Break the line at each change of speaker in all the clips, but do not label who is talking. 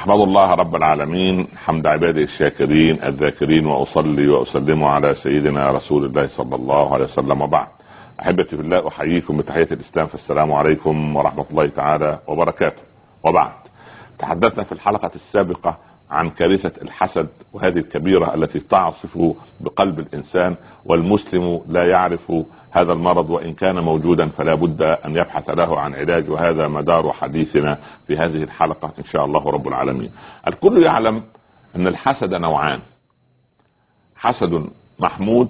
أحمد الله رب العالمين حمد عباده الشاكرين الذاكرين، وأصلي وأسلم على سيدنا رسول الله صلى الله عليه وسلم، وبعد. أحبتي في الله، أحييكم بتحية الإسلام، فالسلام عليكم ورحمة الله تعالى وبركاته. وبعد، تحدثنا في الحلقة السابقة عن كارثة الحسد، وهذه الكبيرة التي تعصف بقلب الإنسان، والمسلم لا يعرف هذا المرض، وإن كان موجودا فلا بد أن يبحث له عن علاج، وهذا مدار حديثنا في هذه الحلقة إن شاء الله رب العالمين. الكل يعلم أن الحسد نوعان: حسد محمود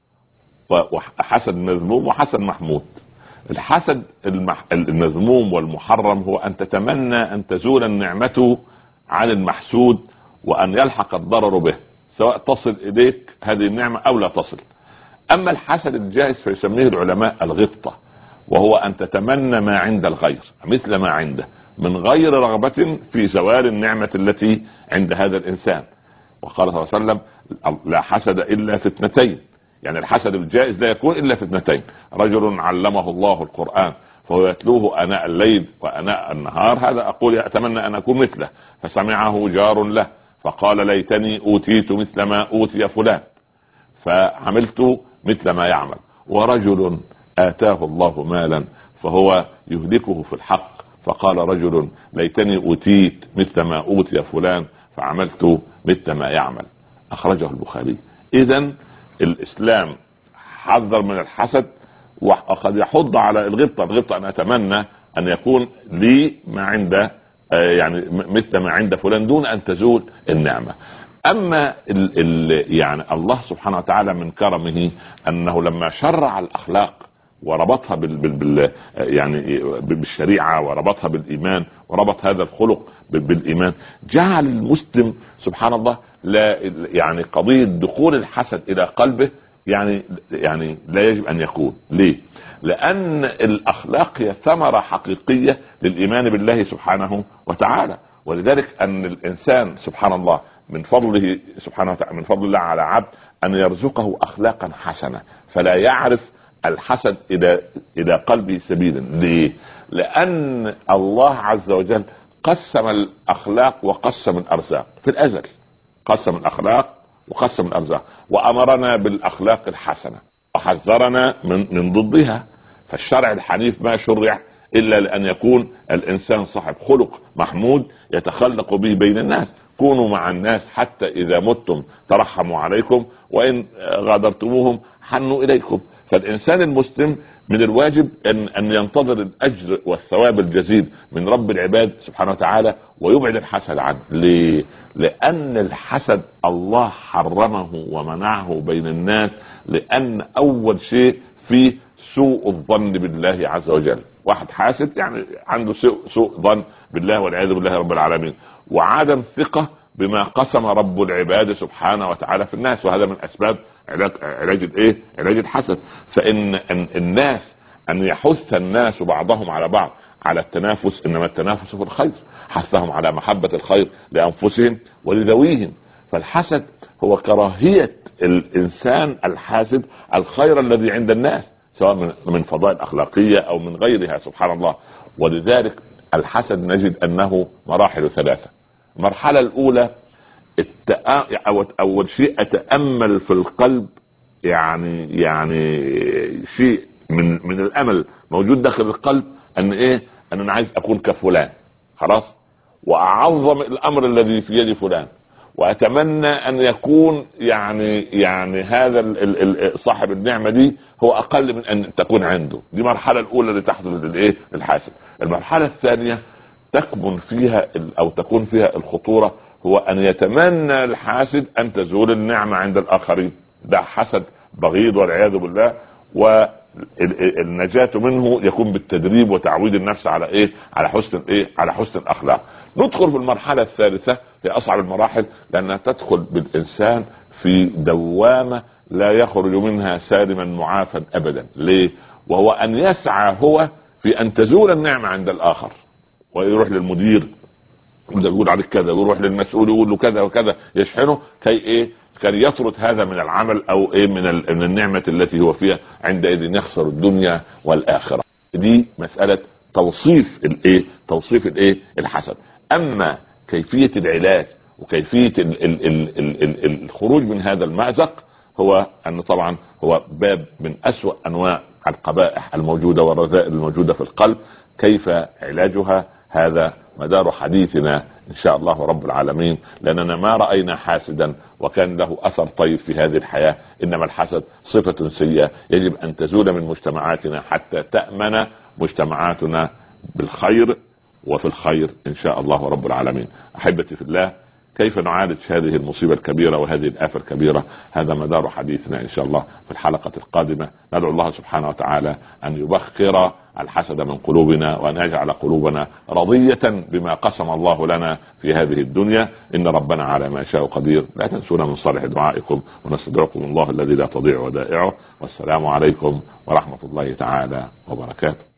وحسد مذموم وحسد محمود. الحسد المذموم والمحرم هو أن تتمنى أن تزول النعمة عن المحسود، وأن يلحق الضرر به، سواء تصل إليك هذه النعمة أو لا تصل. أما الحسد الجائز فيسميه العلماء الغبطة، وهو أن تتمنى ما عند الغير مثل ما عنده، من غير رغبة في زوال النعمة التي عند هذا الإنسان. وقال صلى الله عليه وسلم: لا حسد إلا في اثنتين. يعني الحسد الجائز لا يكون إلا في اثنتين: رجل علمه الله القرآن فهو يتلوه آناء الليل وآناء النهار، هذا أقول أتمنى أن أكون مثله، فسمعه جار له فقال: ليتني أوتيت مثل ما أوتي فلان فعملت مثل ما يعمل. ورجل آتاه الله مالا فهو يهلكه في الحق، فقال رجل: ليتني أوتيت مثل ما أوتي فلان فعملت مثل ما يعمل. أخرجه البخاري. إذن الإسلام حذر من الحسد، وقد يحض على الغبطة أن أتمنى أن يكون لي ما عند يعني مثل ما عند فلان دون أن تزول النعمة. أما يعني الله سبحانه وتعالى من كرمه أنه لما شرع الأخلاق وربطها يعني بالشريعة، وربطها بالإيمان، وربط هذا الخلق بالإيمان، جعل المسلم سبحان الله لا يعني قضية دخول الحسد إلى قلبه يعني لا يجب أن يكون. ليه؟ لأن الأخلاق هي ثمرة حقيقية للإيمان بالله سبحانه وتعالى. ولذلك أن الإنسان سبحان الله من فضله سبحانه وتعالى، من فضل الله على عبد أن يرزقه أخلاقا حسنة، فلا يعرف الحسد إلى قلبه سبيلا. ليه؟ لأن الله عز وجل قسم الأخلاق وقسم الأرزاق في الأزل، قسم الأخلاق وقسم الأرزاق، وأمرنا بالأخلاق الحسنة وحذرنا من ضدها. فالشرع الحنيف ما شرع إلا لأن يكون الإنسان صاحب خلق محمود يتخلق به بين الناس. كونوا مع الناس حتى إذا متم ترحموا عليكم، وإن غادرتموهم حنوا إليكم. فالإنسان المسلم من الواجب أن ينتظر الأجر والثواب الجزيل من رب العباد سبحانه وتعالى، ويبعد الحسد عنه. ليه؟ لأن الحسد الله حرمه ومنعه بين الناس، لأن أول شيء فيه سوء الظن بالله عز وجل. واحد حاسد يعني عنده سوء ظن بالله والعياذ بالله رب العالمين، وعدم ثقة بما قسم رب العباد سبحانه وتعالى في الناس، وهذا من أسباب علاج الحسد. فإن الناس أن يحث الناس بعضهم على بعض على التنافس، إنما التنافس في الخير، حثهم على محبة الخير لأنفسهم ولذويهم. فالحسد هو كراهية الإنسان الحاسد الخير الذي عند الناس، سواء من فضائل أخلاقية أو من غيرها سبحان الله. ولذلك الحسد نجد أنه مراحل ثلاثة. المرحلة الأولى أول شيء أتأمل في القلب، يعني شيء من الأمل موجود داخل القلب، أن أن أنا عايز أكون كفلان، خلاص، وأعظم الأمر الذي في يد فلان، وأتمنى أن يكون يعني هذا صاحب النعمة دي هو أقل من أن تكون عنده. دي المرحلة الأولى اللي تحدث الحاسد. المرحلة الثانية تكمن فيها أو تكون فيها الخطورة، هو أن يتمنى الحاسد أن تزول النعمة عند الآخرين. ده حسد بغيض والعياذ بالله، والنجاة منه يكون بالتدريب وتعويد النفس على على حسن الأخلاق. ندخل في المرحلة الثالثة، هي أصعب المراحل، لأنها تدخل بالإنسان في دوامة لا يخرج منها سالما معافى أبدا. ليه؟ وهو أن يسعى هو في أن تزول النعمة عند الآخر، ويروح للمدير يقول عليك كذا، ويروح للمسؤول يقول له كذا وكذا، يشحنه كي يطرد هذا من العمل أو من النعمة التي هو فيها، عندئذ يخسر الدنيا والآخرة. دي مسألة توصيف الحسد. أما كيفية العلاج وكيفية الخروج من هذا المأزق هو أنه طبعا هو باب من أسوأ أنواع القبائح الموجودة والرذائل الموجودة في القلب. كيف علاجها؟ هذا مدار حديثنا إن شاء الله رب العالمين، لأننا ما رأينا حاسدا وكان له أثر طيب في هذه الحياة، إنما الحسد صفة سيئة يجب أن تزول من مجتمعاتنا حتى تأمن مجتمعاتنا بالخير وفي الخير إن شاء الله رب العالمين. أحبتي في الله، كيف نعالج هذه المصيبة الكبيرة وهذه الآفة الكبيرة؟ هذا مدار حديثنا إن شاء الله في الحلقة القادمة. ندعو الله سبحانه وتعالى أن يبخر الحسد من قلوبنا وأن يجعل قلوبنا رضية بما قسم الله لنا في هذه الدنيا. إن ربنا على ما شاء قدير. لا تنسونا من صالح دعائكم، ونستودعكم الله الذي لا تضيع ودائعه. والسلام عليكم ورحمة الله تعالى وبركاته.